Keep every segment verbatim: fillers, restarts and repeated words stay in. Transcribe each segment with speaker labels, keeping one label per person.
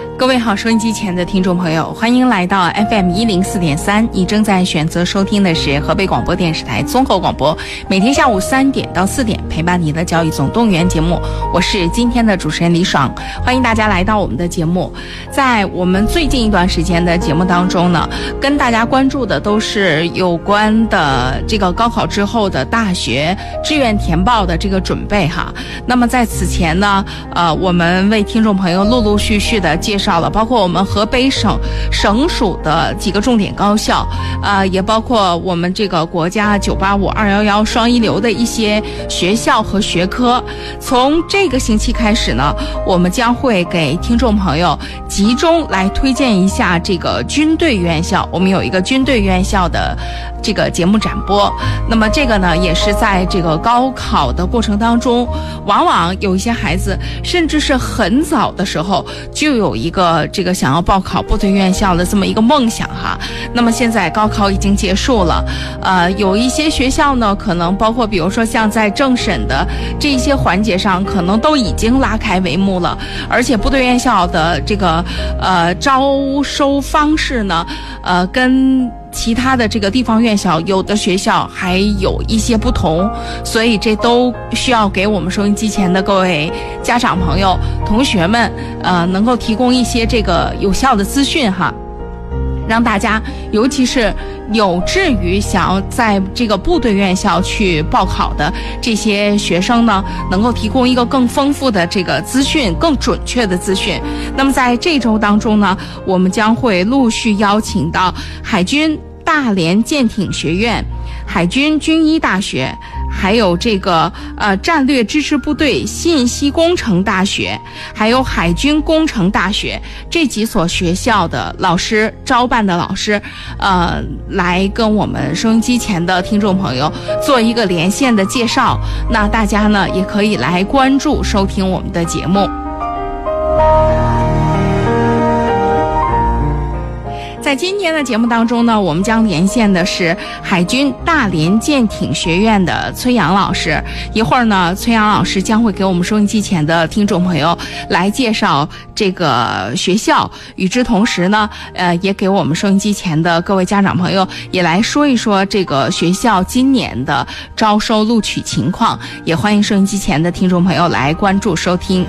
Speaker 1: 各位好，收音机前的听众朋友，欢迎来到 F M 一零四点三，你正在选择收听的是河北广播电视台综合广播，每天下午三点到四点陪伴你的教育总动员节目，我是今天的主持人李爽，欢迎大家来到我们的节目。在我们最近一段时间的节目当中呢，跟大家关注的都是有关的这个高考之后的大学志愿填报的这个准备哈。那么在此前呢，呃，我们为听众朋友陆陆续续的介绍了，包括我们河北省省属的几个重点高校，呃，也包括我们这个国家九八五、二一一双一流的一些学校和学科。从这个星期开始呢，我们将会给听众朋友集中来推荐一下这个军队院校。我们有一个军队院校的这个节目展播。那么这个呢，也是在这个高考的过程当中，往往有一些孩子甚至是很早的时候就有一个这个想要报考部队院校的这么一个梦想哈。那么现在高考已经结束了，呃，有一些学校呢，可能包括比如说像在政审的这一些环节上，可能都已经拉开帷幕了。而且部队院校的这个呃招收方式呢，呃，跟其他的这个地方院校有的学校还有一些不同，所以这都需要给我们收音机前的各位家长朋友、同学们，呃，能够提供一些这个有效的资讯哈，让大家，尤其是有志于想要在这个部队院校去报考的这些学生呢，能够提供一个更丰富的这个资讯，更准确的资讯。那么在这周当中呢，我们将会陆续邀请到海军大连舰艇学院、海军军医大学，还有这个呃战略支持部队信息工程大学，还有海军工程大学这几所学校的老师、招办的老师，呃，来跟我们收音机前的听众朋友做一个连线的介绍。那大家呢也可以来关注收听我们的节目。在今天的节目当中呢，我们将连线的是海军大连舰艇学院的崔阳老师。一会儿呢，崔阳老师将会给我们收音机前的听众朋友来介绍这个学校，与之同时呢，呃，也给我们收音机前的各位家长朋友也来说一说这个学校今年的招收录取情况。也欢迎收音机前的听众朋友来关注收听。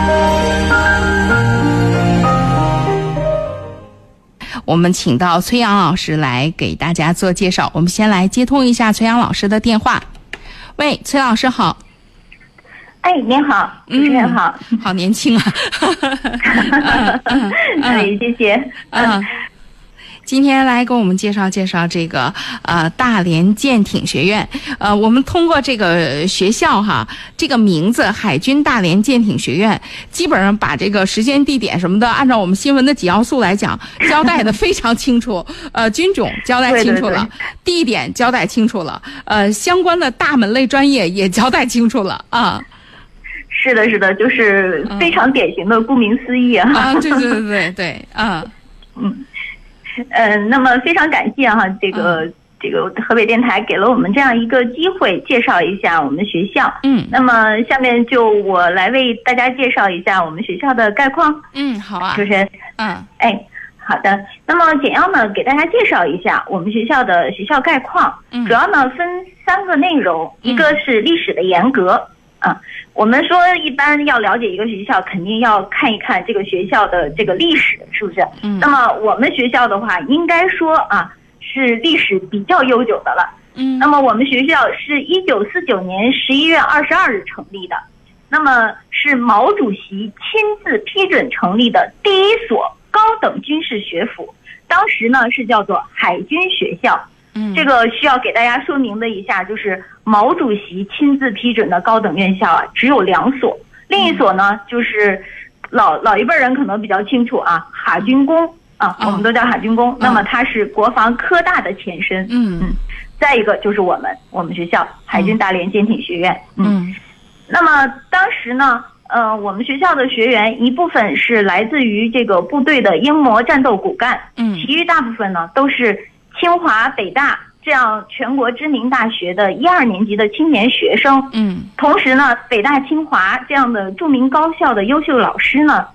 Speaker 1: 我们请到崔阳老师来给大家做介绍。我们先来接通一下崔阳老师的电话。喂，崔老师好。
Speaker 2: 哎，您好，主持人好。
Speaker 1: 嗯、好年轻啊。
Speaker 2: 嗯嗯嗯、谢谢。
Speaker 1: 嗯。今天来给我们介绍介绍这个呃大连舰艇学院。呃，我们通过这个学校哈，这个名字海军大连舰艇学院，基本上把这个时间、地点什么的，按照我们新闻的几要素来讲，交代的非常清楚。呃，军种交代清楚了，对对对，地点交代清楚了，呃，相关的大门类专业也交代清楚了啊。
Speaker 2: 是的，是的，就是非常典型的顾名思义啊。
Speaker 1: 啊，对对对对对，啊，
Speaker 2: 嗯。呃，那么非常感谢哈，这个、嗯、这个河北电台给了我们这样一个机会，介绍一下我们学校。嗯，那么下面就我来为大家介绍一下我们学校的概况。
Speaker 1: 嗯，好啊，
Speaker 2: 主持人。
Speaker 1: 嗯，
Speaker 2: 哎，好的。那么简要呢，给大家介绍一下我们学校的学校概况。嗯，主要呢分三个内容，一个是历史的沿革。啊，我们说一般要了解一个学校，肯定要看一看这个学校的这个历史，是不是？嗯。那么我们学校的话，应该说啊，是历史比较悠久的了。嗯。那么我们学校是一九四九年十一月二十二日成立的，那么是毛主席亲自批准成立的第一所高等军事学府，当时呢是叫做海军学校。嗯，这个需要给大家说明的一下，就是毛主席亲自批准的高等院校啊，只有两所，另一所呢就是老老一辈人可能比较清楚啊，海军工啊，我们都叫海军工，那么它是国防科大的前身。嗯嗯，再一个就是我们我们学校海军大连舰艇学院。嗯，那么当时呢，呃，我们学校的学员一部分是来自于这个部队的英模战斗骨干，嗯，其余大部分呢都是清华、北大这样全国知名大学的一二年级的青年学生。嗯，同时呢，北大、清华这样的著名高校的优秀老师呢，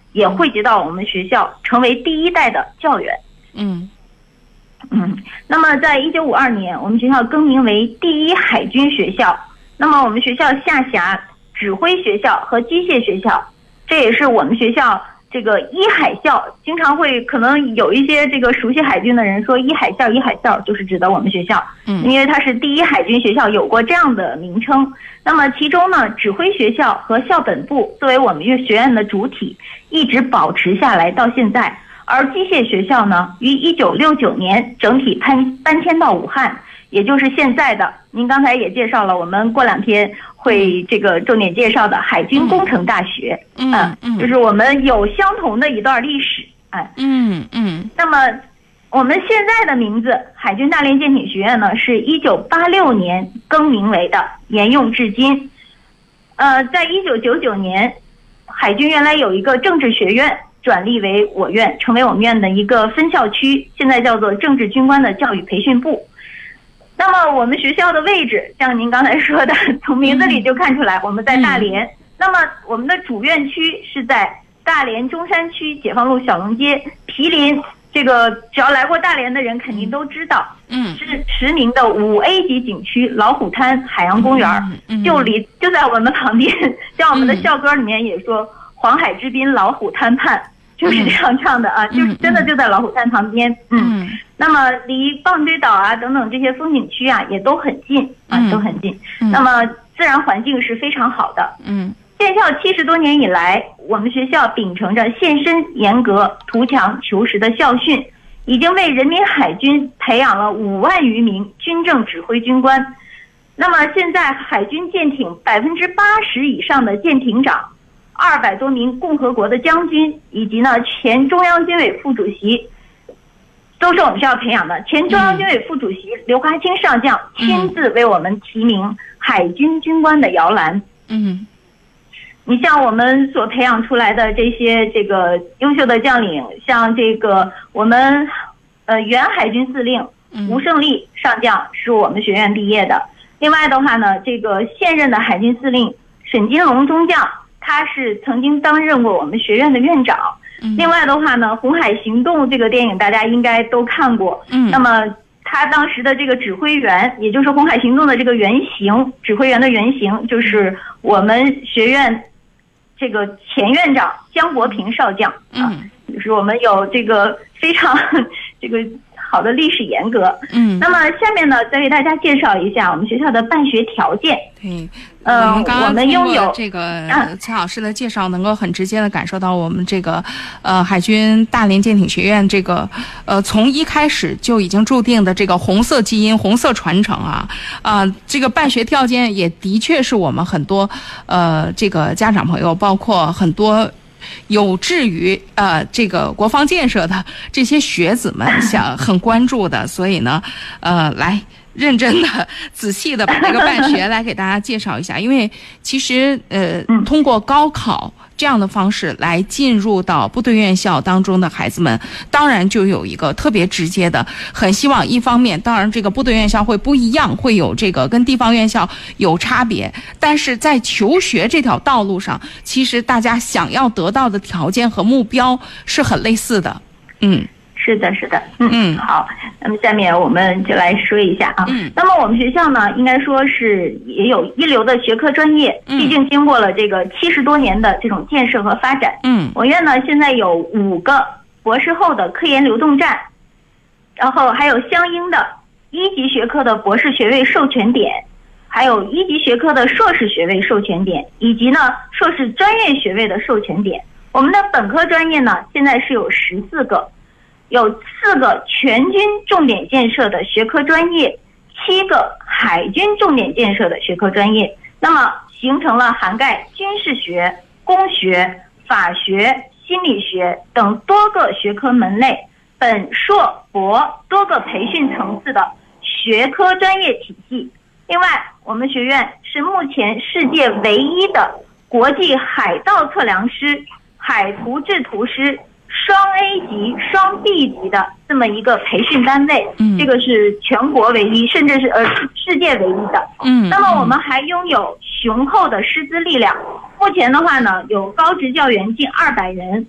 Speaker 2: 也汇集到我们学校，成为第一代的教员。
Speaker 1: 嗯
Speaker 2: 嗯，那么在一九五二年，我们学校更名为第一海军学校。那么我们学校下辖指挥学校和机械学校，这也是我们学校这个一海校。经常会可能有一些这个熟悉海军的人说一海校一海校就是指的我们学校，
Speaker 1: 嗯，
Speaker 2: 因为它是第一海军学校，有过这样的名称。那么其中呢，指挥学校和校本部作为我们学院的主体，一直保持下来到现在。而机械学校呢，于一九六九年整体搬搬迁到武汉，也就是现在的您刚才也介绍了，我们过两天会这个重点介绍的海军工程大学。
Speaker 1: 嗯
Speaker 2: 嗯，
Speaker 1: 嗯，
Speaker 2: 就是我们有相同的一段历史。哎，
Speaker 1: 嗯嗯，
Speaker 2: 那么我们现在的名字海军大连舰艇学院呢，是一九八六年更名为的，沿用至今。呃，在一九九九年，海军原来有一个政治学院，转立为我院，成为我们院的一个分校区，现在叫做政治军官的教育培训部。那么我们学校的位置，像您刚才说的，从名字里就看出来，我们在大连。嗯、那么我们的主院区是在大连中山区解放路小龙街，毗邻这个只要来过大连的人肯定都知道，
Speaker 1: 嗯，
Speaker 2: 是驰名的五 A 级景区老虎滩海洋公园，
Speaker 1: 嗯嗯、
Speaker 2: 就离就在我们旁边。像我们的校歌里面也说，黄海之滨老虎滩畔。就是这样唱的啊，嗯、就是真的就在老虎滩旁边。嗯，嗯那么离棒堆岛啊等等这些风景区啊也都很近啊，嗯、都很近。嗯、那么自然环境是非常好的。
Speaker 1: 嗯，
Speaker 2: 建校七十多年以来，我们学校秉承着献身严格、图强求实的校训，已经为人民海军培养了五万余名军政指挥军官。那么现在海军舰艇百分之八十以上的舰艇长。二百多名共和国的将军，以及呢前中央军委副主席，都是我们学校培养的。前中央军委副主席刘华清上将亲自为我们提名海军军官的摇篮。
Speaker 1: 嗯，
Speaker 2: 你像我们所培养出来的这些这个优秀的将领，像这个我们呃原海军司令吴胜利上将是我们学院毕业的。另外的话呢，这个现任的海军司令沈金龙中将。他是曾经担任过我们学院的院长。嗯、另外的话呢，《红海行动》这个电影大家应该都看过。
Speaker 1: 嗯，
Speaker 2: 那么他当时的这个指挥员，也就是《红海行动》的这个原型，指挥员的原型就是我们学院这个前院长江国平少将。啊、
Speaker 1: 嗯，
Speaker 2: 就是我们有这个非常这个好的历史沿革。
Speaker 1: 嗯，
Speaker 2: 那么下面呢，再为大家介绍一下我们学校的办学条件。
Speaker 1: 对。
Speaker 2: 呃，
Speaker 1: 我们刚刚
Speaker 2: 拥有
Speaker 1: 这个崔老师的介绍，能够很直接的感受到我们这个呃海军大连舰艇学院这个呃从一开始就已经注定的这个红色基因、红色传承啊啊、呃，这个办学条件也的确是我们很多呃这个家长朋友，包括很多有志于呃这个国防建设的这些学子们想很关注的，所以呢，呃来。认真的、仔细的把这个办学来给大家介绍一下，因为其实呃，通过高考这样的方式来进入到部队院校当中的孩子们，当然就有一个特别直接的，很希望一方面，当然这个部队院校会不一样，会有这个跟地方院校有差别，但是在求学这条道路上，其实大家想要得到的条件和目标是很类似的。嗯。
Speaker 2: 是的，是的，嗯嗯，好，那么下面我们就来说一下啊。
Speaker 1: 嗯，
Speaker 2: 那么我们学校呢，应该说是也有一流的学科专业，
Speaker 1: 嗯、
Speaker 2: 毕竟经过了这个七十多年的这种建设和发展。
Speaker 1: 嗯，
Speaker 2: 我院呢现在有五个博士后的科研流动站，然后还有相应的一级学科的博士学位授权点，还有一级学科的硕士学位授权点，以及呢硕士专业学位的授权点。我们的本科专业呢，现在是有十四个。有四个全军重点建设的学科专业，七个海军重点建设的学科专业，那么形成了涵盖军事学、工学、法学、心理学等多个学科门类，本硕博多个培训层次的学科专业体系。另外，我们学院是目前世界唯一的国际海盗测量师、海图制图师双 A 级、双 B 级的这么一个培训单位，
Speaker 1: 嗯，
Speaker 2: 这个是全国唯一，甚至是呃世界唯一的。
Speaker 1: 嗯，
Speaker 2: 那么我们还拥有雄厚的师资力量。目前的话呢，有高职教员近二百人，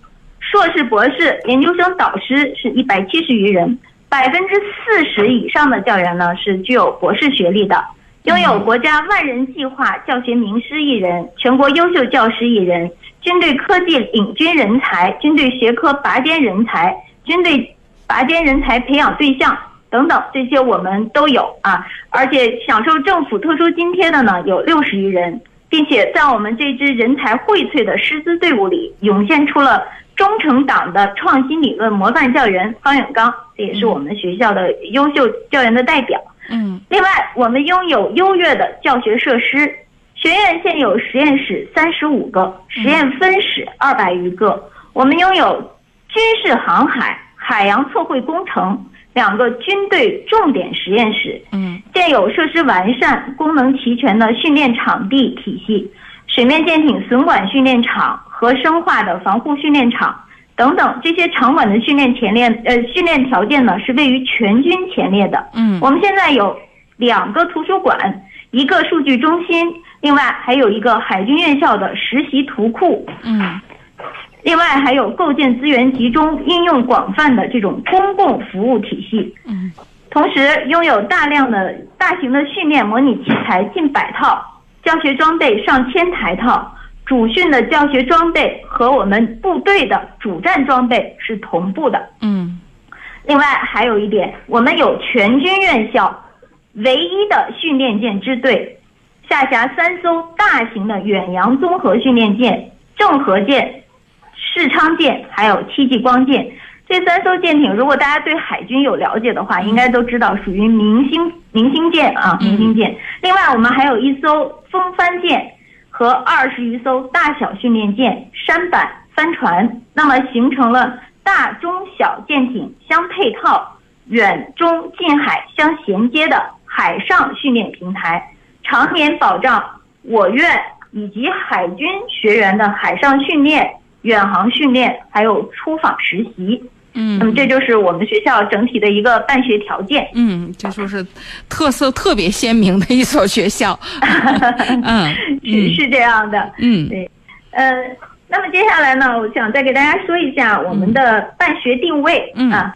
Speaker 2: 硕士、博士、研究生导师是一百七十余人，百分之四十以上的教员呢是具有博士学历的，拥有国家万人计划教学名师一人，全国优秀教师一人，军队科技领军人才，军队学科拔尖人才，军队拔尖人才培养对象等等，这些我们都有啊。而且享受政府特殊津贴的呢有六十余人，并且在我们这支人才荟萃的师资队伍里，涌现出了忠诚党的创新理论模范教员方远刚，这也是我们学校的优秀教员的代表。
Speaker 1: 嗯，
Speaker 2: 另外，我们拥有优越的教学设施，学院现有实验室三十五个，实验分室二百余个。我们拥有军事航海、海洋测绘工程两个军队重点实验室，
Speaker 1: 嗯，
Speaker 2: 建有设施完善、功能齐全的训练场地体系，水面舰艇损管训练场和生化的防护训练场等等，这些场馆的训练前列呃训练条件呢是位于全军前列的。
Speaker 1: 嗯，
Speaker 2: 我们现在有两个图书馆，一个数据中心，另外还有一个海军院校的实习图库。
Speaker 1: 嗯，
Speaker 2: 另外还有构建资源集中、应用广泛的这种公共服务体系。
Speaker 1: 嗯，
Speaker 2: 同时拥有大量的大型的训练模拟器材近百套，教学装备上千台套。主训的教学装备和我们部队的主战装备是同步的。
Speaker 1: 嗯，
Speaker 2: 另外还有一点，我们有全军院校唯一的训练舰支队，下辖三艘大型的远洋综合训练舰、正和舰、世昌舰，还有戚继光舰。这三艘舰艇，如果大家对海军有了解的话，应该都知道属于明星明星舰啊，明星舰。另外，我们还有一艘风帆舰和二十余艘大小训练舰、舢板、帆船，那么形成了大中小舰艇相配套、远中近海相衔接的海上训练平台，常年保障我院以及海军学员的海上训练、远航训练，还有出访实习。
Speaker 1: 嗯，
Speaker 2: 那么这就是我们学校整体的一个办学条件。
Speaker 1: 嗯，这就是特色特别鲜明的一所学校。嗯，
Speaker 2: 是是这样的。
Speaker 1: 嗯，
Speaker 2: 对，呃，那么接下来呢，我想再给大家说一下我们的办学定位。
Speaker 1: 嗯
Speaker 2: 啊，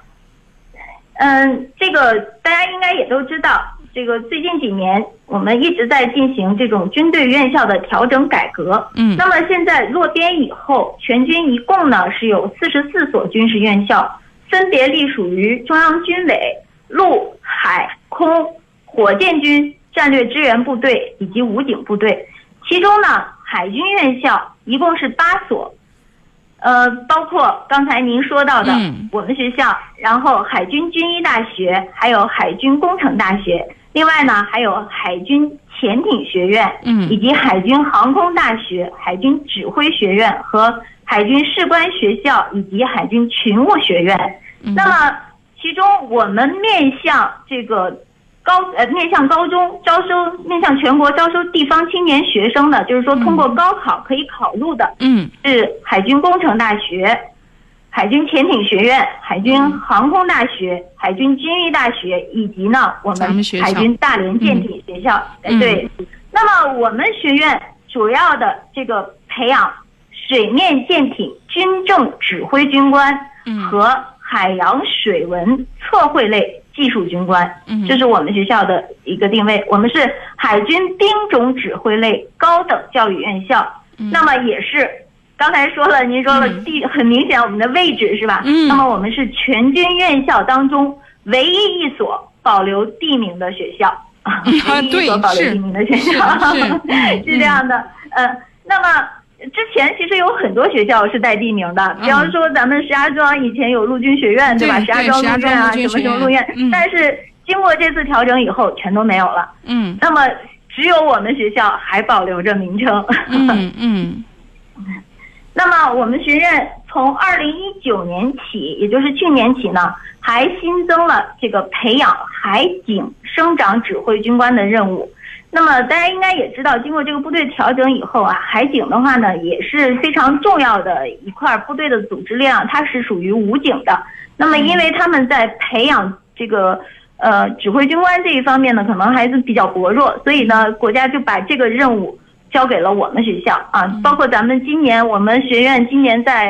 Speaker 2: 嗯，这个大家应该也都知道，这个最近几年我们一直在进行这种军队院校的调整改革。
Speaker 1: 嗯，
Speaker 2: 那么现在落编以后，全军一共呢是有四十四所军事院校，分别隶属于中央军委、陆、海、空、火箭军、战略支援部队以及武警部队。其中呢，海军院校一共是八所。呃，包括刚才您说到的我们学校，嗯、然后海军军医大学，还有海军工程大学，另外呢还有海军潜艇学院，
Speaker 1: 嗯，
Speaker 2: 以及海军航空大学、海军指挥学院和海军士官学校以及海军勤务学院。
Speaker 1: 嗯、
Speaker 2: 那么其中我们面向这个高呃面向高中招收，面向全国招收地方青年学生的，就是说通过高考可以考入的，
Speaker 1: 嗯，
Speaker 2: 是海军工程大学、海军潜艇学院、海军航空大学、海军军医大学，以及呢我们海军大连舰艇学校。
Speaker 1: 嗯、
Speaker 2: 对，那么我们学院主要的这个培养水面舰艇军政指挥军官和海洋水文测绘类技术军官，这是我们学校的一个定位。我们是海军兵种指挥类高等教育院校，那么也是刚才说了，您说了地很明显我们的位置是吧？
Speaker 1: 嗯，
Speaker 2: 那么我们是全军院校当中唯一一所保留地名的学校啊，唯一一所保留地名的学校，
Speaker 1: 是
Speaker 2: 是这样的。呃，那么之前其实有很多学校是带地名的，比方说咱们石家庄以前有陆军学院，对吧？石家庄陆院啊，什么什么陆院，但是经过这次调整以后，全都没有了。
Speaker 1: 嗯，
Speaker 2: 那么只有我们学校还保留着名称。
Speaker 1: 嗯嗯。
Speaker 2: 那么我们学院从二零一九年起，也就是去年起呢，还新增了这个培养海警生长指挥军官的任务。那么大家应该也知道，经过这个部队调整以后啊，海警的话呢也是非常重要的一块部队的组织力量，它是属于武警的。那么因为他们在培养这个呃指挥军官这一方面呢，可能还是比较薄弱，所以呢国家就把这个任务交给了我们学校啊。包括咱们今年我们学院今年在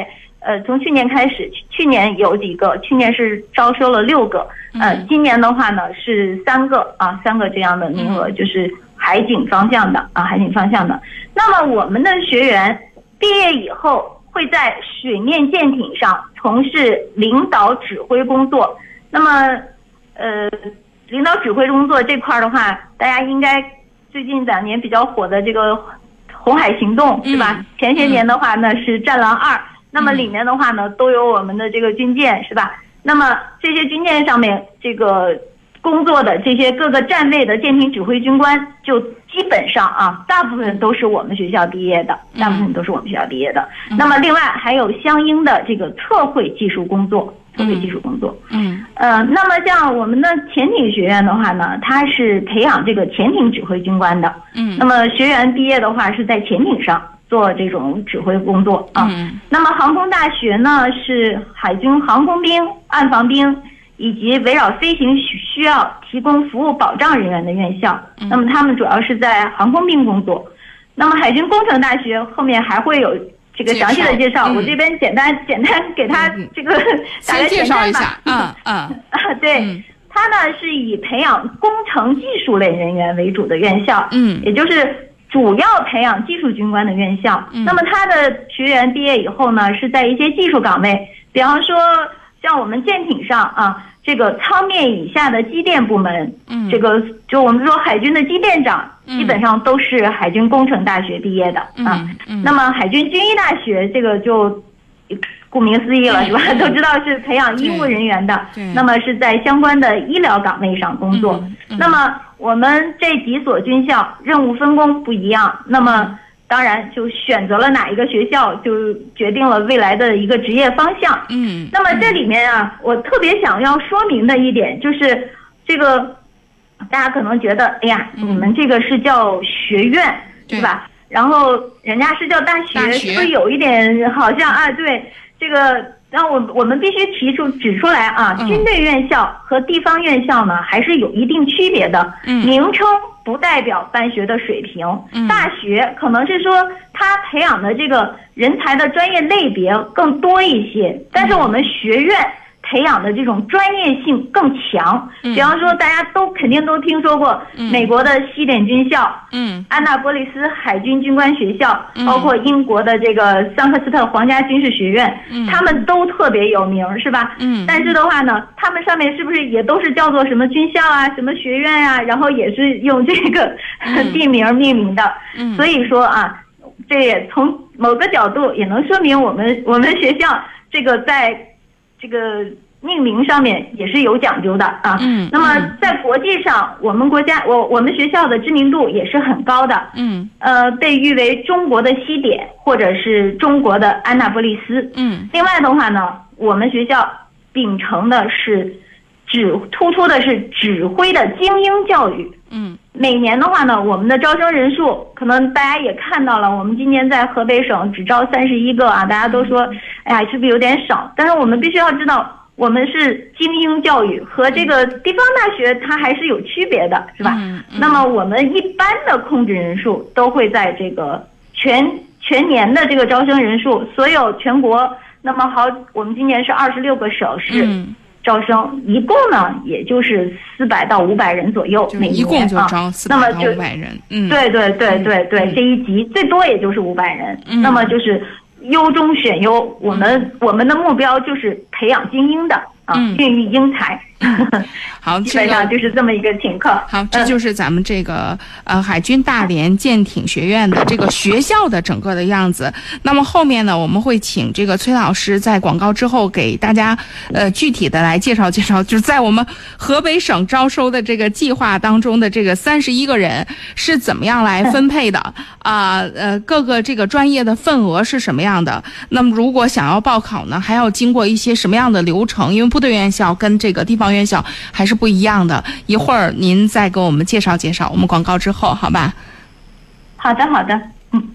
Speaker 2: 呃，从去年开始，去年有几个，去年是招收了六个，呃，今年的话呢是三个啊，三个这样的名额，就是海警方向的啊，海警方向的。那么我们的学员毕业以后会在水面舰艇上从事领导指挥工作。那么，呃，领导指挥工作这块的话，大家应该最近两年比较火的这个红海行动是吧？嗯、前些年的话呢是战狼二。那么里面的话呢，都有我们的这个军舰，是吧？那么这些军舰上面这个工作的这些各个站位的舰艇指挥军官，就基本上啊，大部分都是我们学校毕业的，大部分都是我们学校毕业的。嗯、那么另外还有相应的这个测绘技术工作，测绘技术工作。嗯。呃，那么像我们的潜艇学院的话呢，它是培养这个潜艇指挥军官的。嗯。那么学员毕业的话是在潜艇上做这种指挥工作啊。嗯。那么航空大学呢是海军航空兵、岸防兵以及围绕飞行需要提供服务保障人员的院校。嗯。那么他们主要是在航空兵工作。那么海军工程大学后面还会有这个详细的介绍，嗯、我这边简单简单给他这个打个简单吧。
Speaker 1: 嗯嗯
Speaker 2: 啊，对。嗯，它呢是以培养工程技术类人员为主的院校。嗯，也就是主要培养技术军官的院校。嗯，那么他的学员毕业以后呢，是在一些技术岗位，比方说像我们舰艇上啊，这个舱面以下的机电部门，嗯，这个就我们说海军的机电长，嗯、基本上都是海军工程大学毕业的。嗯、啊。嗯，那么海军军医大学这个就顾名思义了，是吧？都知道是培养医务人员的，那么是在相关的医疗岗位上工作。嗯嗯、那么我们这几所军校任务分工不一样，那么当然就选择了哪一个学校，就决定了未来的一个职业方向。嗯，那么这里面啊，我特别想要说明的一点就是，这个大家可能觉得，哎呀，你们这个是叫学院，对吧？然后人家是叫大学，是不是有一点好像啊？对。这个，然后我我们必须提出指出来啊，嗯、军队院校和地方院校呢还是有一定区别的。嗯，名称不代表办学的水平。嗯，大学可能是说他培养的这个人才的专业类别更多一些，但是我们学院培养的这种专业性更强。比方说，大家都肯定都听说过美国的西点军校，嗯，安纳波利斯海军军官学校，嗯、包括英国的这个桑克斯特皇家军事学院，嗯，他们都特别有名，是吧？嗯，但是的话呢，他们上面是不是也都是叫做什么军校啊、什么学院啊，然后也是用这个地名命名的？嗯，所以说啊，这也从某个角度也能说明我们我们学校这个在这个命名上面也是有讲究的啊。嗯，那么在国际上，我们国家我我们学校的知名度也是很高的。嗯，呃，被誉为中国的西点或者是中国的安纳波利斯。嗯，另外的话呢，我们学校秉承的是指突出的是指挥的精英教育。嗯，每年的话呢，我们的招生人数可能大家也看到了，我们今年在河北省只招三十一个啊，大家都说，哎呀，是不是有点少？但是我们必须要知道，我们是精英教育和这个地方大学它还是有区别的，是吧？嗯嗯、那么我们一般的控制人数都会在这个全全年的这个招生人数，所有全国，那么好，我们今年是二十六个省市。嗯，招生一共呢，也就是四百到五百人左右，每年
Speaker 1: 一共就招四百到五百人。嗯，
Speaker 2: 对对对对对，嗯、这一级最多也就是五百人。嗯，那么就是优中选优，我们、嗯、我们的目标就是培养精英的啊，孕育英才。
Speaker 1: 好，
Speaker 2: 基本上就是这么一个情况。
Speaker 1: 好，这就是咱们这个呃海军大连舰艇学院的这个学校的整个的样子。那么后面呢，我们会请这个崔老师在广告之后给大家呃具体的来介绍介绍，就是在我们河北省招收的这个计划当中的这个三十一个人是怎么样来分配的啊？呃, 呃，各个这个专业的份额是什么样的？那么如果想要报考呢，还要经过一些什么样的流程？因为部队院校跟这个地方院校还是不一样的，一会儿您再给我们介绍介绍，我们广告之后好吧？
Speaker 2: 好的好的，嗯。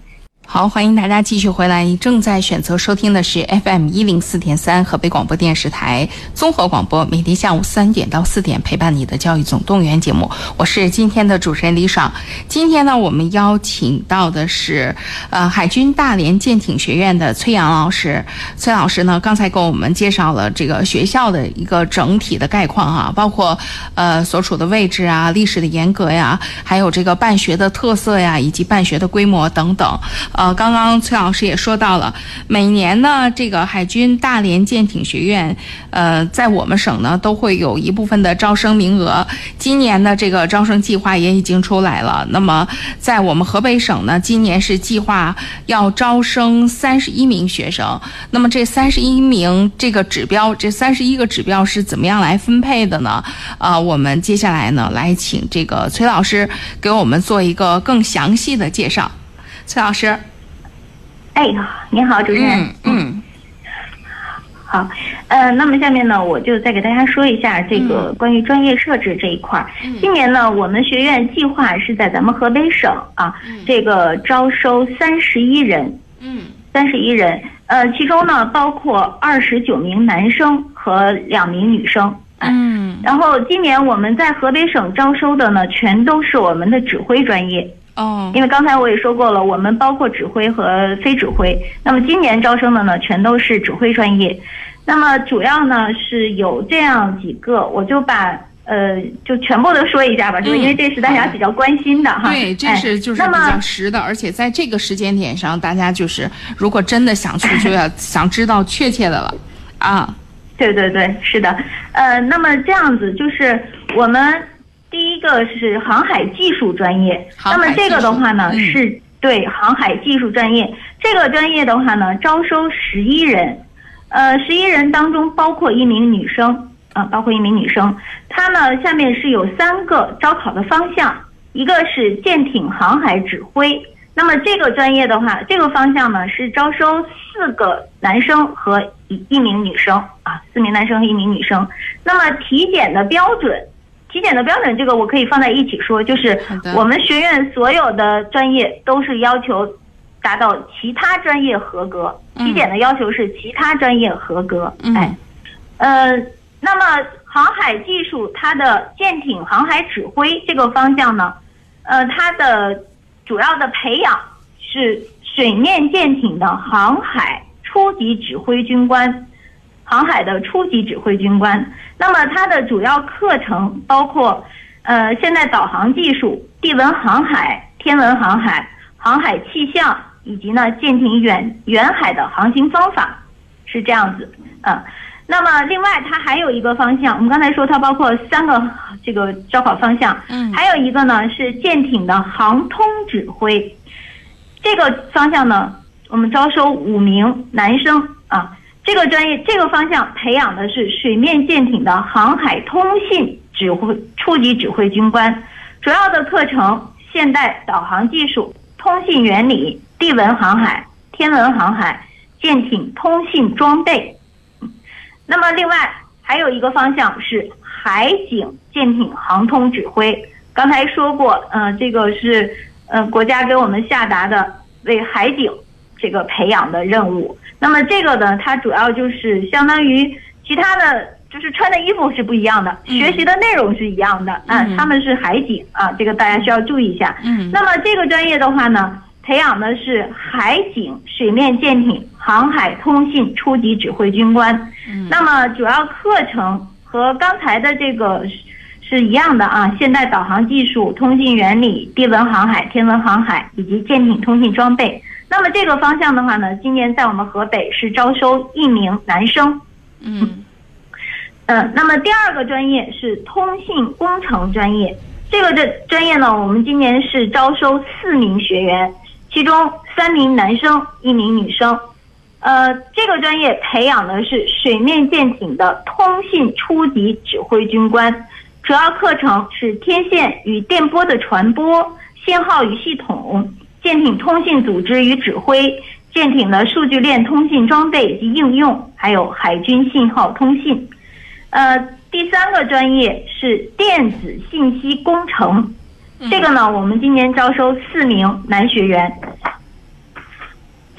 Speaker 1: 好，欢迎大家继续回来。你正在选择收听的是 F M 一零四点三河北广播电视台综合广播，每天下午三点到四点陪伴你的教育总动员节目。我是今天的主持人李爽。今天呢，我们邀请到的是呃海军大连舰艇学院的崔阳老师。崔老师呢，刚才给我们介绍了这个学校的一个整体的概况啊，包括呃所处的位置啊、历史的严格呀，还有这个办学的特色呀，以及办学的规模等等。呃，刚刚崔老师也说到了，每年呢，这个海军大连舰艇学院，呃，在我们省呢都会有一部分的招生名额。今年的这个招生计划也已经出来了。那么，在我们河北省呢，今年是计划要招生三十一名学生。那么这三十一名这个指标，这三十一个指标是怎么样来分配的呢？啊、呃，我们接下来呢，来请这个崔老师给我们做一个更详细的介绍。崔老师。
Speaker 2: 哎，您好，主持人。
Speaker 1: 嗯嗯。
Speaker 2: 好，呃，那么下面呢，我就再给大家说一下这个关于专业设置这一块。嗯、今年呢，我们学院计划是在咱们河北省啊，嗯、这个招收三十一人。嗯。三十一人，呃，其中呢包括二十九名男生和两名女生。嗯。然后今年我们在河北省招收的呢，全都是我们的指挥专业。哦，因为刚才我也说过了，我们包括指挥和非指挥。那么今年招生的呢，全都是指挥专业。那么主要呢是有这样几个，我就把呃就全部都说一下吧，就、嗯、因为这是大家比较关心的哈。
Speaker 1: 对，这是就是比较实的，而且在这个时间点上，大家就是如果真的想去，就要想知道确切的了啊。
Speaker 2: 对对对，是的。呃，那么这样子就是我们。第一个是航海技术专业，那么这个的话呢、嗯、是对航海技术专业，这个专业的话呢招收十一人，呃，十一人当中包括一名女生啊、呃，包括一名女生，她呢下面是有三个招考的方向，一个是舰艇航海指挥，那么这个专业的话，这个方向呢是招收四个男生和一一名女生啊，四名男生和一名女生，那么体检的标准。体检的标准，这个我可以放在一起说，就是我们学院所有的专业都是要求达到其他专业合格，嗯、体检的要求是其他专业合格。嗯、哎，呃，那么航海技术它的舰艇航海指挥这个方向呢，呃，它的主要的培养是水面舰艇的航海初级指挥军官。航海的初级指挥军官，那么它的主要课程包括，呃，现代导航技术、地文航海、天文航海、航海气象，以及呢舰艇远远海的航行方法，是这样子啊、呃。那么另外它还有一个方向，我们刚才说它包括三个这个招考方向，嗯，还有一个呢是舰艇的航通指挥，这个方向呢我们招收五名男生啊。这个专业这个方向培养的是水面舰艇的航海通信指挥初级指挥军官，主要的课程现代导航技术、通信原理、地文航海、天文航海、舰艇通信装备。那么另外还有一个方向是海警舰艇航通指挥，刚才说过，呃，这个是呃国家给我们下达的为海警这个培养的任务。那么这个呢，它主要就是相当于其他的，就是穿的衣服是不一样的，嗯、学习的内容是一样的啊。嗯、他们是海警啊，这个大家需要注意一下。嗯。那么这个专业的话呢，培养的是海警水面舰艇航海通信初级指挥军官。嗯。那么主要课程和刚才的这个是一样的啊，现代导航技术、通信原理、地文航海、天文航海以及舰艇通信装备。那么这个方向的话呢，今年在我们河北是招收一名男生。嗯。嗯、呃，那么第二个专业是通信工程专业，这个这专业呢，我们今年是招收四名学员，其中三名男生，一名女生。呃，这个专业培养的是水面舰艇的通信初级指挥军官，主要课程是天线与电波的传播、信号与系统、舰艇通信组织与指挥、舰艇的数据链通信装备及应用，还有海军信号通信。呃，第三个专业是电子信息工程，这个呢，我们今年招收四名男学员。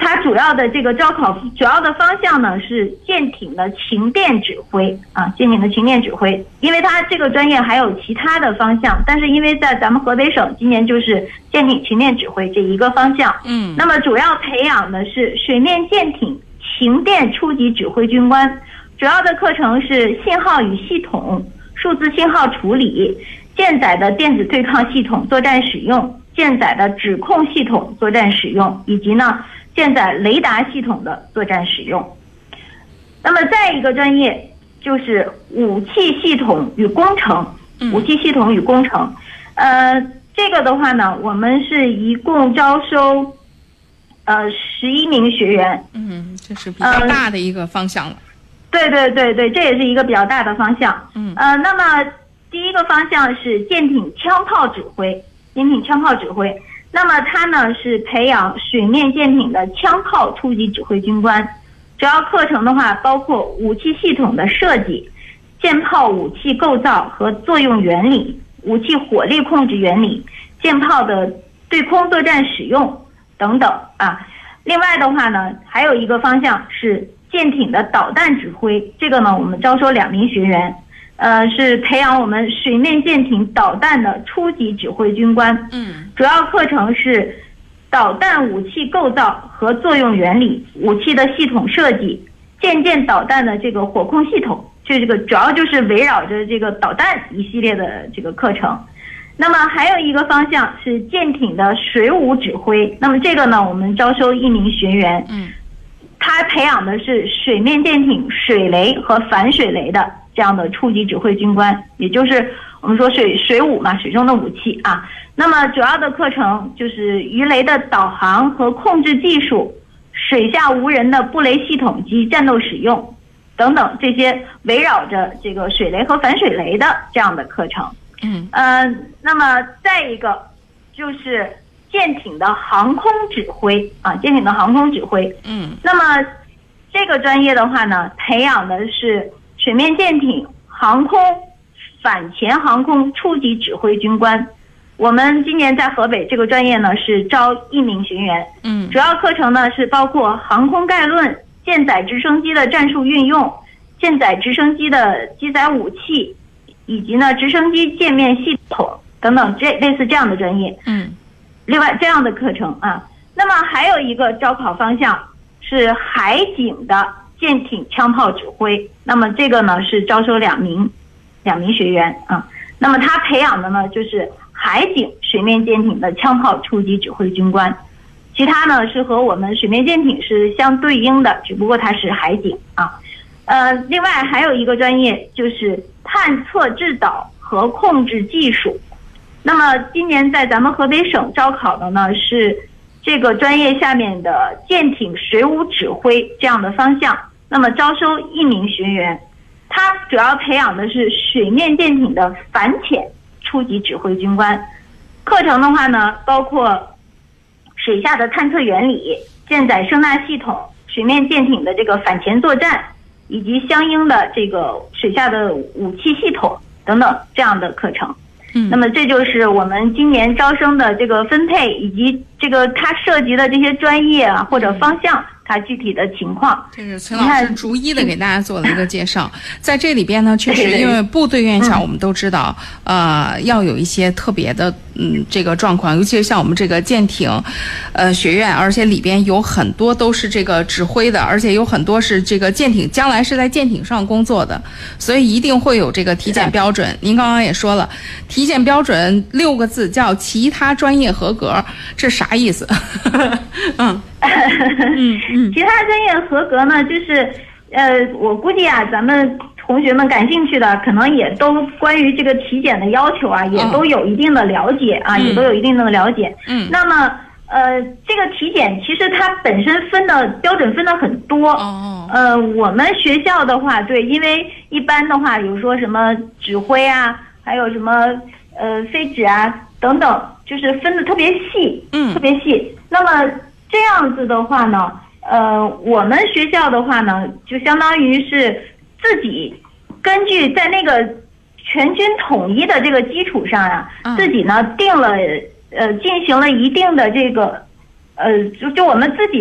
Speaker 2: 它主要的这个招考主要的方向呢是舰艇的情电指挥啊，舰艇的情电指挥，因为它这个专业还有其他的方向，但是因为在咱们河北省今年就是舰艇情电指挥这一个方向，
Speaker 1: 嗯，
Speaker 2: 那么主要培养的是水面舰艇情电初级指挥军官，主要的课程是信号与系统、数字信号处理、舰载的电子对抗系统作战使用、舰载的指控系统作战使用，以及呢舰载雷达系统的作战使用。那么再一个专业就是武器系统与工程，武器系统与工程，呃，这个的话呢，我们是一共招收呃十一名学员。
Speaker 1: 嗯，这是比较大的一个方向了。
Speaker 2: 呃、对对对对，这也是一个比较大的方向。
Speaker 1: 嗯，
Speaker 2: 呃，那么第一个方向是舰艇枪炮指挥，舰艇枪炮指挥。那么它呢是培养水面舰艇的枪炮初级指挥军官，主要课程的话包括武器系统的设计、舰炮武器构造和作用原理、武器火力控制原理、舰炮的对空作战使用等等啊。另外的话呢，还有一个方向是舰艇的导弹指挥，这个呢我们招收两名学员。呃，是培养我们水面舰艇导弹的初级指挥军官。
Speaker 1: 嗯，
Speaker 2: 主要课程是导弹武器构造和作用原理、武器的系统设计、舰舰导弹的这个火控系统，就这个主要就是围绕着这个导弹一系列的这个课程。那么还有一个方向是舰艇的水武指挥，那么这个呢，我们招收一名学员。
Speaker 1: 嗯，
Speaker 2: 他培养的是水面舰艇水雷和反水雷的这样的初级指挥军官，也就是我们说水水武嘛，水中的武器啊。那么主要的课程就是鱼雷的导航和控制技术、水下无人的布雷系统及战斗使用等等，这些围绕着这个水雷和反水雷的这样的课程。
Speaker 1: 嗯，
Speaker 2: 呃，那么再一个就是舰艇的航空指挥啊，舰艇的航空指挥。
Speaker 1: 嗯，
Speaker 2: 那么这个专业的话呢，培养的是水面舰艇航空反潜航空初级指挥军官。我们今年在河北这个专业呢是招一名学员。
Speaker 1: 嗯，
Speaker 2: 主要课程呢是包括航空概论、舰载直升机的战术运用、舰载直升机的机载武器，以及呢直升机界面系统等等，这类似这样的专业。
Speaker 1: 嗯，
Speaker 2: 另外这样的课程啊，那么还有一个招考方向是海警的舰艇枪炮指挥，那么这个呢是招收两名两名学员啊。那么他培养的呢就是海警水面舰艇的枪炮初级指挥军官，其他呢是和我们水面舰艇是相对应的，只不过它是海警啊。呃，另外还有一个专业就是探测制导和控制技术。那么今年在咱们河北省招考的呢是这个专业下面的舰艇水武指挥这样的方向，那么招收一名学员，他主要培养的是水面舰艇的反潜初级指挥军官。课程的话呢，包括水下的探测原理、舰载声纳系统、水面舰艇的这个反潜作战，以及相应的这个水下的武器系统等等这样的课程。
Speaker 1: 嗯，
Speaker 2: 那么这就是我们今年招生的这个分配，以及这个它涉及的这些专业啊或者方向，它具体的情况。
Speaker 1: 这是陈老师逐一的给大家做了一个介绍。在这里边呢，确实因为部队院校我们都知道，呃，要有一些特别的嗯这个状况，尤其是像我们这个舰艇呃学院，而且里边有很多都是这个指挥的，而且有很多是这个舰艇将来是在舰艇上工作的，所以一定会有这个体检标准。您刚刚也说了，体检标准六个字叫其他专业合格，这啥意思？嗯
Speaker 2: 嗯嗯，其他专业合格呢，就是呃，我估计啊，咱们同学们感兴趣的，可能也都关于这个体检的要求啊，也都有一定的了解啊，嗯、也都有一定的了解。
Speaker 1: 嗯，
Speaker 2: 那么呃，这个体检其实它本身分的标准分的很多。
Speaker 1: 哦。
Speaker 2: 呃，我们学校的话，对，因为一般的话有说什么指挥啊，还有什么呃飞指啊等等，就是分的特别细，
Speaker 1: 嗯，
Speaker 2: 特别细。那么这样子的话呢，呃，我们学校的话呢，就相当于是自己根据在那个全军统一的这个基础上呀、啊，嗯、自己呢定了呃进行了一定的这个呃就就我们自己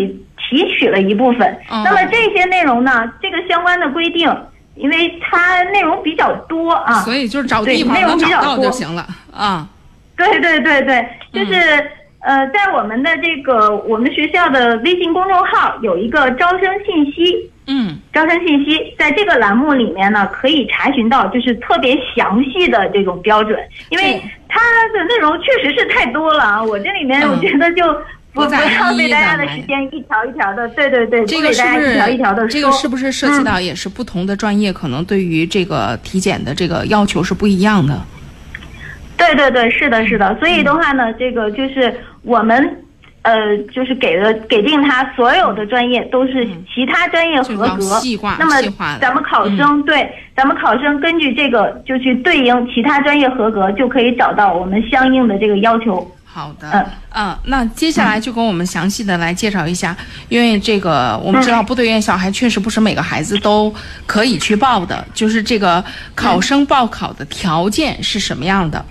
Speaker 2: 提取了一部分。
Speaker 1: 哦、
Speaker 2: 那么这些内容呢，这个相关的规定，因为它内容比较多啊，
Speaker 1: 所以就是找地方能找到就行了啊。
Speaker 2: 对对对对，就是、嗯、呃，在我们的这个我们学校的微信公众号有一个招生信息。
Speaker 1: 嗯，
Speaker 2: 招生信息在这个栏目里面呢，可以查询到就是特别详细的这种标准，因为它的内容确实是太多了啊。我这里面我觉得就不、嗯、不浪费大家的时间，一条一条的，对对对，
Speaker 1: 这个是不是
Speaker 2: 一条一条的说，
Speaker 1: 这个是不是涉及到也是不同的专业、嗯、可能对于这个体检的这个要求是不一样的？
Speaker 2: 对对对，是的，是的。所以的话呢，嗯、这个就是我们。呃，就是给了给定他所有的专业都是其他专业合格，
Speaker 1: 嗯、
Speaker 2: 那么咱们考生、嗯、对咱们考生根据这个就去对应其他专业合格，就可以找到我们相应的这个要求。
Speaker 1: 好的，嗯嗯，那接下来就跟我们详细的来介绍一下，嗯、因为这个我们知道部队院校还确实不是每个孩子都可以去报的，就是这个考生报考的条件是什么样的？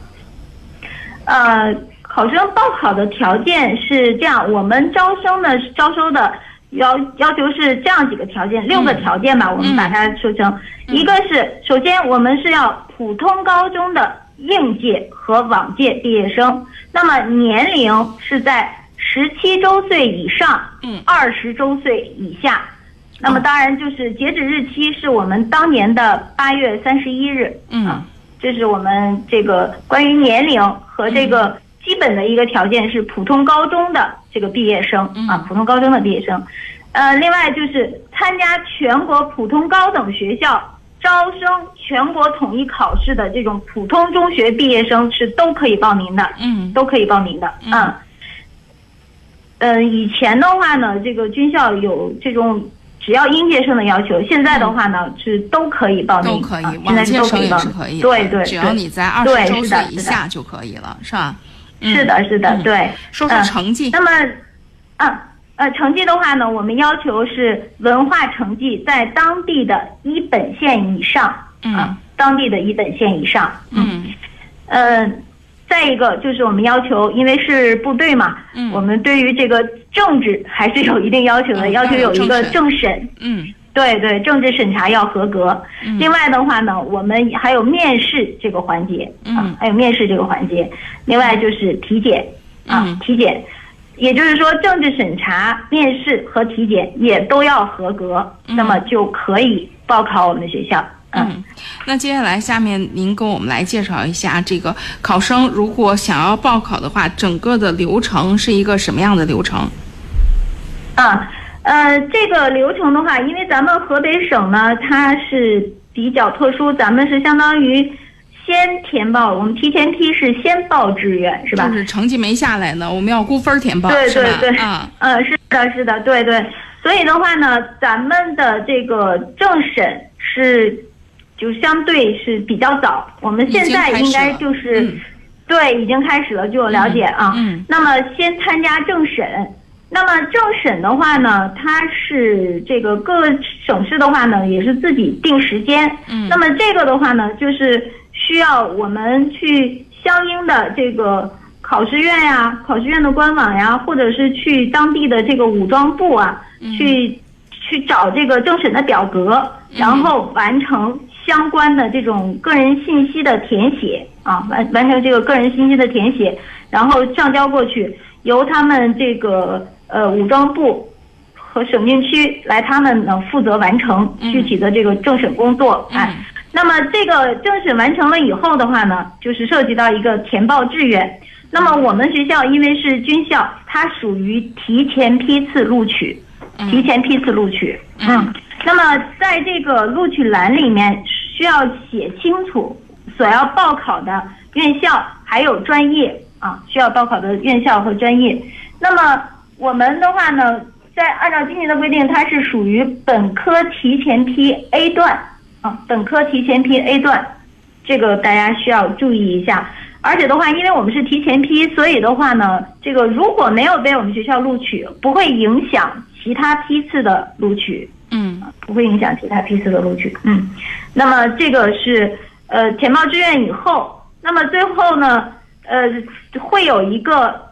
Speaker 2: 呃。考生报考的条件是这样，我们招生的招收的要要求是这样几个条件，六个条件吧，我们把它说成，嗯、一个是首先我们是要普通高中的应届和往届毕业生，那么年龄是在十七周岁以上，嗯，二十周岁以下，那么当然就是截止日期是我们当年的八月三十一日，嗯、啊，这是我们这个关于年龄和这个。嗯基本的一个条件是普通高中的这个毕业生啊，普通高中的毕业生，呃，另外就是参加全国普通高等学校招生全国统一考试的这种普通中学毕业生是都可以报名的，嗯，都可以报名的，嗯，嗯、呃，以前的话呢，这个军校有这种只要应届生的要求，现在的话呢、嗯、是都可以报名，
Speaker 1: 都可以，往届生也是可以的，
Speaker 2: 对对，
Speaker 1: 只要你在二十周岁以下就可以了，是吧？
Speaker 2: 是的，是的，嗯、对。
Speaker 1: 说说成绩。
Speaker 2: 嗯、那么，嗯呃，成绩的话呢，我们要求是文化成绩在当地的一本线以上，嗯、啊，当地的一本线以上。嗯。呃，再一个就是我们要求，因为是部队嘛，嗯，我们对于这个政治还是有一定要求的，嗯、要求有一个政审。嗯。对对，政治审查要合格。嗯、另外的话呢，我们还有面试这个环节，嗯、啊，还有面试这个环节。另外就是体检，啊，嗯、体检，也就是说政治审查、面试和体检也都要合格，嗯、那么就可以报考我们学校。嗯，
Speaker 1: 嗯那接下来下面您跟我们来介绍一下，这个考生如果想要报考的话，整个的流程是一个什么样的流程？
Speaker 2: 啊。呃，这个流程的话，因为咱们河北省呢，它是比较特殊，咱们是相当于先填报，我们提前批是先报志愿，是吧？
Speaker 1: 就是成绩没下来呢，我们要估分填报，
Speaker 2: 对对对，
Speaker 1: 啊，
Speaker 2: 嗯，是的，是的，对对。所以的话呢，咱们的这个政审是就相对是比较早，我们现在应该就是，嗯、对，已经开始了，据我了解啊。嗯。嗯那么先参加政审。那么政审的话呢，它是这个各个省市的话呢，也是自己定时间。嗯。那么这个的话呢，就是需要我们去相应的这个考试院呀、考试院的官网呀，或者是去当地的这个武装部啊，嗯、去去找这个政审的表格，然后完成相关的这种个人信息的填写啊，完完成这个个人信息的填写，然后上交过去，由他们这个。呃，武装部和省军区来，他们呢负责完成具体的这个政审工作。嗯、哎，那么这个政审完成了以后的话呢，就是涉及到一个填报志愿。那么我们学校因为是军校，它属于提前批次录取，提前批次录取。嗯。嗯那么在这个录取栏里面需要写清楚所要报考的院校还有专业啊，需要报考的院校和专业。那么我们的话呢，在按照今年的规定，它是属于本科提前批 A 段啊，本科提前批 A 段，这个大家需要注意一下。而且的话，因为我们是提前批，所以的话呢，这个如果没有被我们学校录取，不会影响其他批次的录取，嗯，不会影响其他批次的录取，嗯。那么这个是呃填报志愿以后，那么最后呢，呃会有一个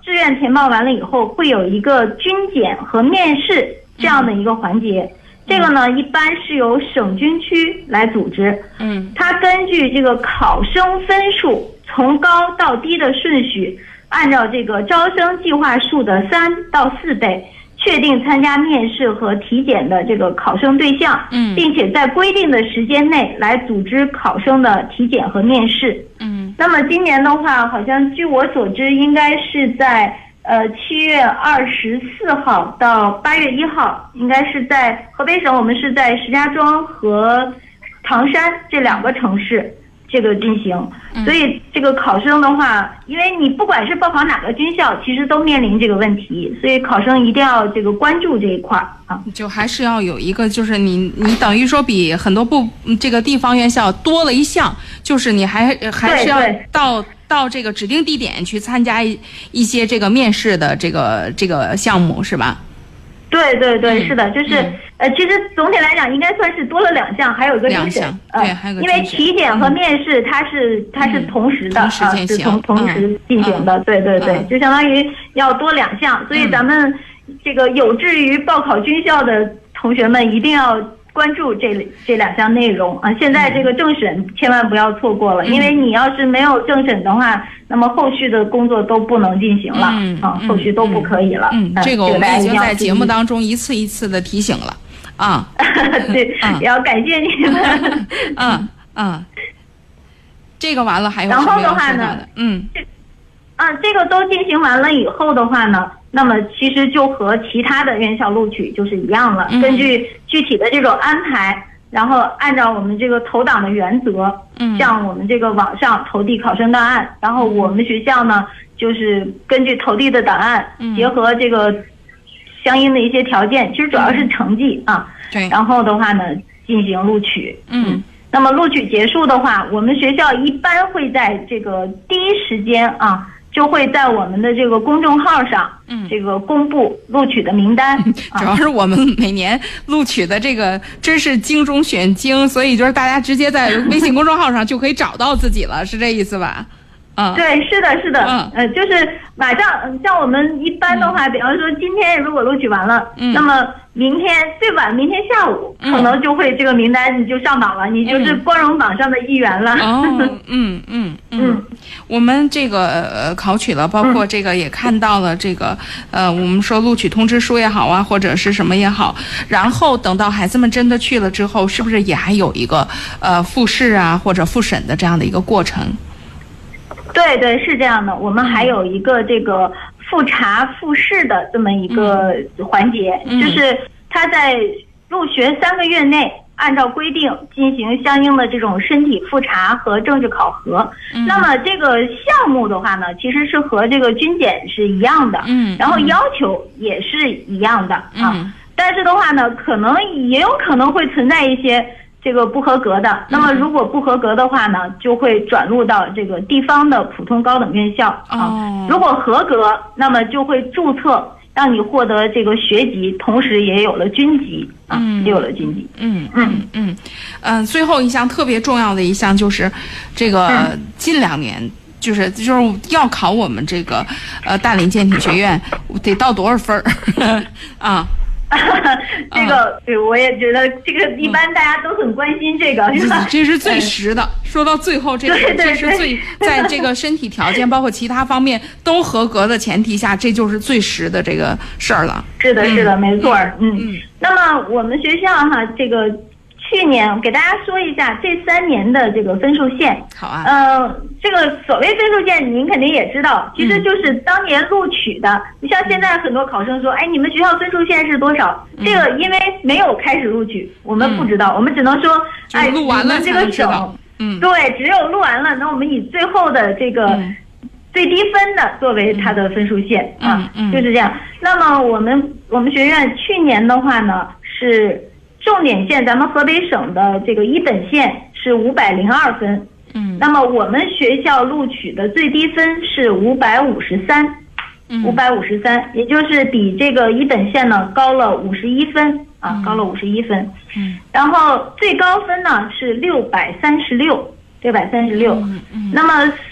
Speaker 2: 志愿填报完了以后，会有一个军检和面试这样的一个环节。嗯、这个呢，一般是由省军区来组织。嗯，它根据这个考生分数从高到低的顺序，按照这个招生计划数的三到四倍。确定参加面试和体检的这个考生对象，嗯，并且在规定的时间内来组织考生的体检和面试，嗯。那么今年的话，好像据我所知，应该是在呃七月二十四号到八月一号，应该是在河北省，我们是在石家庄和唐山这两个城市。这个进行，所以这个考生的话，因为你不管是报考哪个军校，其实都面临这个问题，所以考生一定要这个关注这一块啊。
Speaker 1: 就还是要有一个，就是你你等于说比很多部这个地方院校多了一项，就是你还还是要到到这个指定地点去参加一一些这个面试的这个这个项目，是吧？
Speaker 2: 对对对，是的，就是、嗯、呃，其实总体来讲应该算是多了两项，还有一个精神，
Speaker 1: 呃，对，还有个
Speaker 2: 因为体检和面试它是、嗯、它是同时的，
Speaker 1: 同时进行，
Speaker 2: 是同同时进行的，嗯、对对对、嗯，就相当于要多两项，所以咱们这个有志于报考军校的同学们一定要关注这这两项内容啊！现在这个政审千万不要错过了，嗯、因为你要是没有政审的话，那么后续的工作都不能进行了、嗯、啊，后续都不可以了。
Speaker 1: 嗯，嗯这个我们已经在节目当中一次一次的提醒了啊。
Speaker 2: 对，嗯、也要感谢你们。
Speaker 1: 嗯嗯，这个完了还有
Speaker 2: 然后
Speaker 1: 的
Speaker 2: 话呢？
Speaker 1: 嗯，
Speaker 2: 啊，这个都进行完了以后的话呢？那么其实就和其他的院校录取就是一样了，根据具体的这种安排，然后按照我们这个投档的原则，嗯，向我们这个网上投递考生档案，然后我们学校呢就是根据投递的档案，结合这个相应的一些条件，其实主要是成绩啊，对，然后的话呢进行录取，嗯，那么录取结束的话，我们学校一般会在这个第一时间啊。就会在我们的这个公众号上，嗯，这个公布录取的名单。
Speaker 1: 主要是我们每年录取的这个真是精中选精，所以就是大家直接在微信公众号上就可以找到自己了，是这意思吧？嗯，
Speaker 2: 对，是的，是的，嗯，呃，就是马上，像我们一般的话，嗯、比方说今天如果录取完了，嗯，那么明天最晚明天下午、嗯、可能就会这个名单你就上榜了，你就是光荣榜上的一员了。
Speaker 1: 哦，嗯嗯嗯，我们这个呃考取了，包括这个也看到了这个、嗯、呃，我们说录取通知书也好啊，或者是什么也好，然后等到孩子们真的去了之后，是不是也还有一个呃复试啊或者复审的这样的一个过程？
Speaker 2: 对对，是这样的，我们还有一个这个复查复试的这么一个环节，嗯、就是他在入学三个月内，按照规定进行相应的这种身体复查和政治考核。嗯、那么这个项目的话呢，其实是和这个军检是一样的，嗯，然后要求也是一样的、嗯、啊。但是的话呢，可能也有可能会存在一些。这个不合格的，那么如果不合格的话呢，就会转入到这个地方的普通高等院校啊。哦、如果合格，那么就会注册，让你获得这个学籍，同时也有了军籍啊，嗯、也有了军籍。
Speaker 1: 嗯嗯嗯嗯，最后一项特别重要的一项就是这个近两年。嗯就是就是要考我们这个呃大连舰艇学院得到多少分儿啊？
Speaker 2: 这个对，我也觉得这个一般大家都很关心这个，是吧？
Speaker 1: 这是最实的。说到最后，这是这是最在这个身体条件包括其他方面都合格的前提下，这就是最实的这个事儿了。
Speaker 2: 是的，是的，没错。嗯嗯。那么我们学校哈，这个。去年给大家说一下这三年的这个分数线。
Speaker 1: 好啊。
Speaker 2: 呃，这个所谓分数线，您肯定也知道，其实就是当年录取的。嗯、你像现在很多考生说，哎，你们学校分数线是多少？嗯、这个因为没有开始录取，我们不知道，嗯、我们只能说，哎，
Speaker 1: 录完了
Speaker 2: 这个省，嗯，对，只有录完了，那我们以最后的这个。嗯最低分的作为它的分数线、嗯、啊、嗯，就是这样。那么我们我们学院去年的话呢，是重点线，咱们河北省的这个一本线是五百零二分，嗯，那么我们学校录取的最低分是五百五十三，五百五十三，也就是比这个一本线呢高了五十一分啊，嗯、高了五十一分，嗯，然后最高分呢是六百三十六，六百三十六，嗯嗯，那么。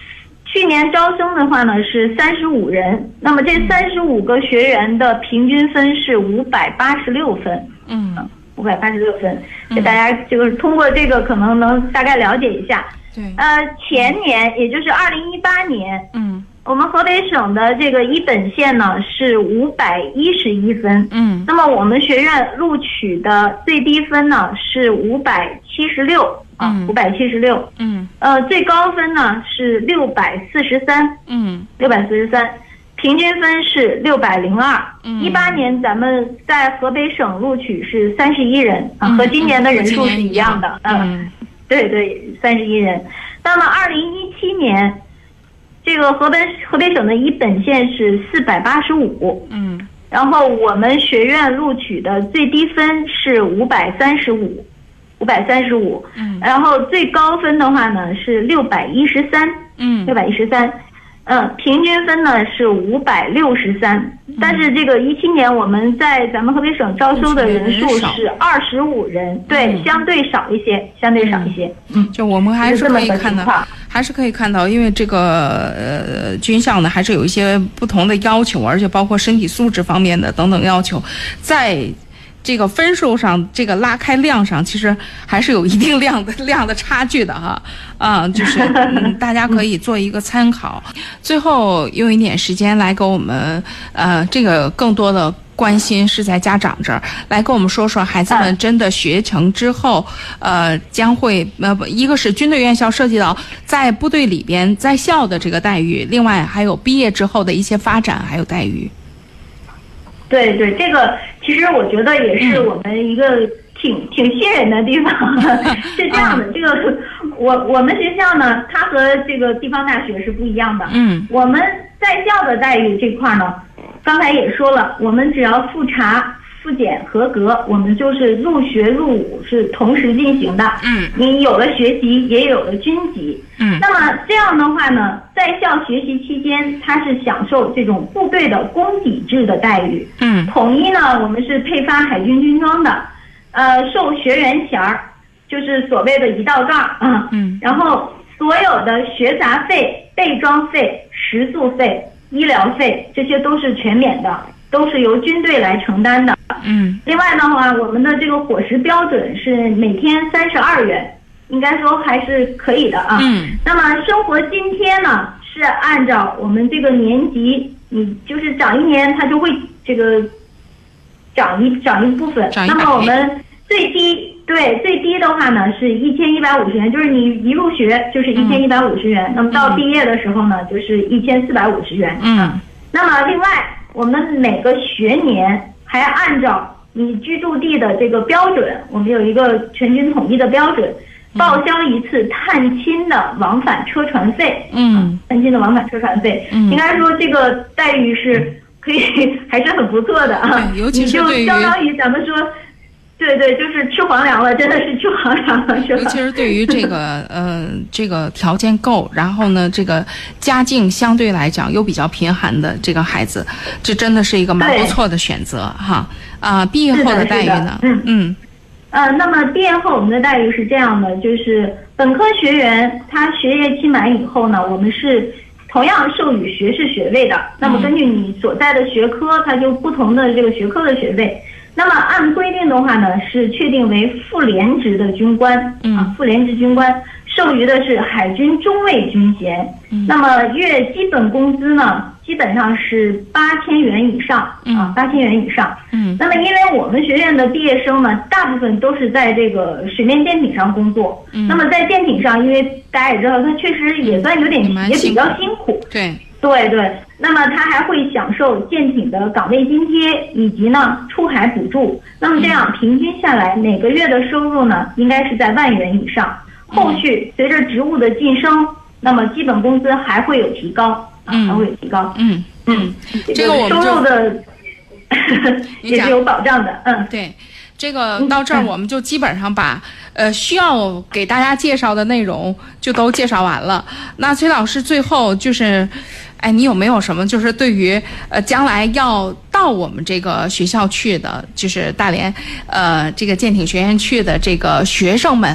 Speaker 2: 去年招生的话呢是三十五人，那么这三十五个学员的平均分是五百八十六分。
Speaker 1: 嗯，
Speaker 2: 五百八十六分，给大家就是通过这个可能能大概了解一下。
Speaker 1: 对，
Speaker 2: 呃，前年也就是二零一八年，
Speaker 1: 嗯，
Speaker 2: 我们河北省的这个一本线呢是五百一十一分，
Speaker 1: 嗯，
Speaker 2: 那么我们学院录取的最低分呢是五百七十六啊，五百七十六，
Speaker 1: 嗯，
Speaker 2: 呃，最高分呢是六百四十三，
Speaker 1: 嗯，
Speaker 2: 六百四十三。平均分是六百零二。一八年咱们在河北省录取是三十一人啊，和今年的人数是一样的。嗯，对对，三十一人。那么二零一七年，这个河北河北省的一本线是四百八十五。嗯，然后我们学院录取的最低分是五百三十五，五百三十五。嗯，然后最高分的话呢是六百一十三。嗯，六百一十三。嗯，平均分呢是五百六十三，但是这个一七年我们在咱们河北省招收的人数是二十五人，对，嗯、相对少一些，相对少一些。嗯，
Speaker 1: 就我们还是可以看到，还是可以看到，因为这个呃军校呢还是有一些不同的要求，而且包括身体素质方面的等等要求，在这个分数上，这个拉开量上，其实还是有一定量的量的差距的哈，啊，就是、嗯、大家可以做一个参考。最后用一点时间来给我们，呃，这个更多的关心是在家长这儿，来跟我们说说孩子们真的学成之后，呃，将会呃，一个是军队院校涉及到在部队里边在校的这个待遇，另外还有毕业之后的一些发展还有待遇。
Speaker 2: 对对，这个其实我觉得也是我们一个挺、嗯、挺吸引的地方。是这样的，这个我我们学校呢，它和这个地方大学是不一样的。嗯，我们在校的待遇这块呢，刚才也说了，我们只要复查、复检合格，我们就是入学入伍是同时进行的。嗯，你有了学籍，也有了军籍。嗯，那么这样的话呢，在校学习期间，他是享受这种部队的公抵制的待遇。嗯，统一呢，我们是配发海军军装的，呃，受学员钱儿，就是所谓的一道杠啊。嗯，然后所有的学杂费、备装费、食宿费、医疗费，这些都是全免的，都是由军队来承担的。嗯，另外的话，我们的这个伙食标准是每天三十二元。应该说还是可以的啊。嗯。那么生活津贴呢，是按照我们这个年级，你就是涨一年，它就会这个涨一涨一部分。那么我们最低对最低的话呢是一千一百五十元，就是你一入学就是一千一百五十元。嗯、那么到毕业的时候呢，就是一千四百五十元。嗯。那么另外，我们每个学年还按照你居住地的这个标准，我们有一个全军统一的标准。报销一次探亲的往返车船费，嗯，探亲的往返车船费，嗯，应该说这个待遇是可以，还是很不错的啊。
Speaker 1: 对，尤其是对于
Speaker 2: 就相当于咱们说，对对，就是吃皇粮了，真的是吃皇粮了，是吧？
Speaker 1: 尤其是对于这个呃这个条件够，然后呢这个家境相对来讲又比较贫寒的这个孩子，这真的是一个蛮不错的选择哈。啊，毕业后的待遇呢？嗯嗯。
Speaker 2: 呃，那么毕业后我们的待遇是这样的，就是本科学员他学业期满以后呢，我们是同样授予学士学位的。那么根据你所在的学科，它就不同的这个学科的学位。那么按规定的话呢，是确定为副连职的军官，啊，副连职军官授予的是海军中尉军衔。那么月基本工资呢，基本上是八千元以上啊，八千元以上。嗯，那么因为我们学院的毕业生呢，大部分都是在这个水面舰艇上工作。嗯，那么在舰艇上，因为大家也知道，它确实也算有点也比较辛苦。
Speaker 1: 对。
Speaker 2: 对对，那么他还会享受舰艇的岗位津贴以及呢出海补助。那么这样平均下来，每个月的收入呢，应该是在万元以上。后续随着职务的晋升，那么基本工资还会有提高，嗯，还会有提高。嗯嗯，
Speaker 1: 这个我们
Speaker 2: 收入的也是有保障的。嗯，
Speaker 1: 对。这个到这儿我们就基本上把呃需要给大家介绍的内容就都介绍完了。那崔老师最后就是，哎，你有没有什么就是对于呃将来要到我们这个学校去的，就是大连呃这个舰艇学院去的这个学生们，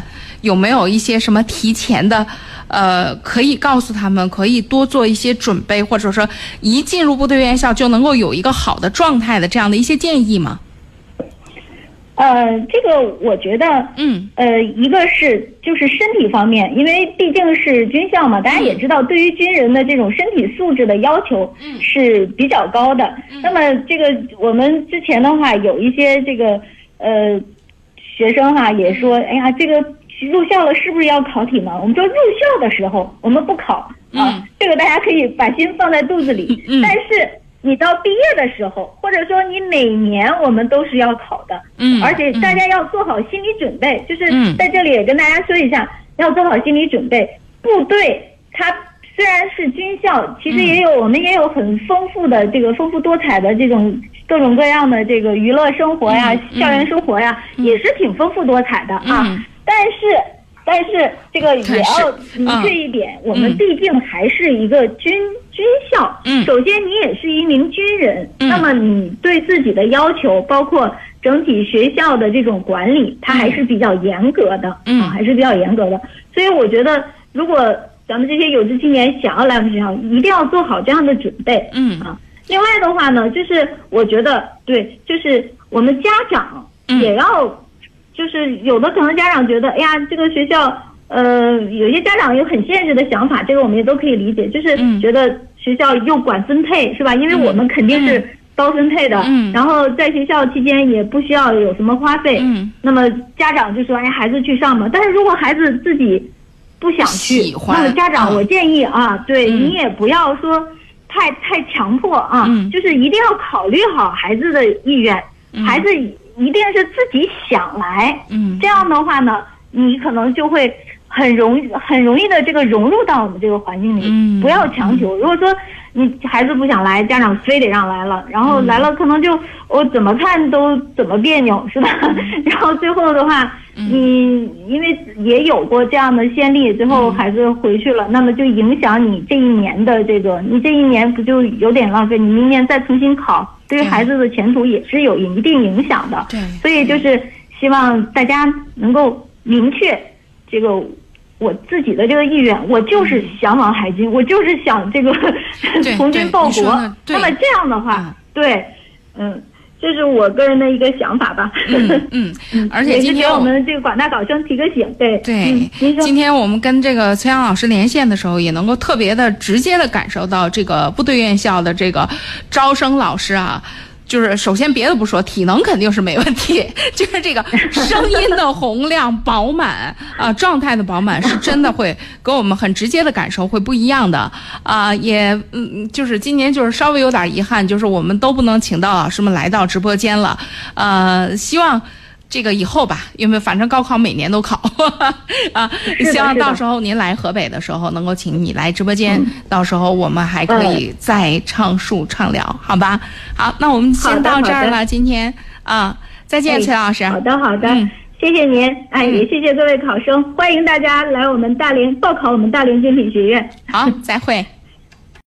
Speaker 1: 有没有一些什么提前的，呃，可以告诉他们，可以多做一些准备，或者说一进入部队院校就能够有一个好的状态的这样的一些建议吗？
Speaker 2: 呃，这个我觉得，
Speaker 1: 嗯，
Speaker 2: 呃，一个是就是身体方面，因为毕竟是军校嘛，大家也知道，对于军人的这种身体素质的要求是比较高的。嗯、那么这个我们之前的话，有一些这个呃学生哈、啊、也说，哎呀，这个入校了是不是要考体能？我们说入校的时候我们不考啊，嗯、这个大家可以把心放在肚子里。嗯、但是你到毕业的时候，或者说你每年我们都是要考的，嗯，而且大家要做好心理准备，嗯、就是在这里也跟大家说一下，要做好心理准备。部队它虽然是军校，其实也有、嗯、我们也有很丰富的这个丰富多彩的这种各种各样的这个娱乐生活呀、嗯、校园生活呀，嗯、也是挺丰富多彩的啊。嗯、但是。但是这个也要明确一点，嗯、我们毕竟还是一个军、嗯、军校。嗯，首先你也是一名军人，嗯、那么你对自己的要求，包括整体学校的这种管理，它还是比较严格的。嗯、啊，还是比较严格的。所以我觉得，如果咱们这些有志青年想要来我们学校，一定要做好这样的准备。嗯啊，另外的话呢，就是我觉得对，就是我们家长也要。嗯就是有的可能家长觉得，哎呀，这个学校，呃，有些家长有很现实的想法，这个我们也都可以理解，就是觉得学校又管分配，是吧？因为我们肯定是包分配的，嗯、然后在学校期间也不需要有什么花费，嗯、那么家长就说，哎，孩子去上吧。但是如果孩子自己不想去，那么家长我建议啊，对、嗯、你也不要说太太强迫啊，嗯、就是一定要考虑好孩子的意愿，嗯、孩子。一定是自己想来，嗯，这样的话呢，你可能就会很容易、很容易的这个融入到我们这个环境里。嗯，不要强求。如果说你孩子不想来，家长非得让来了，然后来了可能就我怎么看都怎么别扭，是吧？然后最后的话，你因为也有过这样的先例，最后孩子回去了，那么就影响你这一年的这个，你这一年不就有点浪费？你明年再重新考。对于孩子的前途也是有一定影响的，对，所以就是希望大家能够明确这个我自己的这个意愿，我就是向往海军，我就是想这个从军报国。那么这样的话，对，嗯。这是我个人的一个想法吧。
Speaker 1: 嗯嗯，而且今天
Speaker 2: 我们这个广大考生提个醒，对
Speaker 1: 对。嗯、今天我们跟这个崔阳老师连线的时候，也能够特别的直接的感受到这个部队院校的这个招生老师啊。就是首先别的不说，体能肯定是没问题，就是这个声音的洪亮饱满啊、呃，状态的饱满是真的会给我们很直接的感受会不一样的啊、呃，也嗯，就是今年就是稍微有点遗憾，就是我们都不能请到老师们来到直播间了，呃，希望。这个以后吧，因为反正高考每年都考啊，希望到时候您来河北的时候能够请你来直播间，嗯、到时候我们还可以再畅述畅聊，嗯、好吧？好，那我们先到这儿了，今天啊，再见，崔老师。
Speaker 2: 好的，好的，嗯、谢谢您，哎，也谢谢各位考生，欢迎大家来我们大连报考我们大连军品学院。
Speaker 1: 好，再会。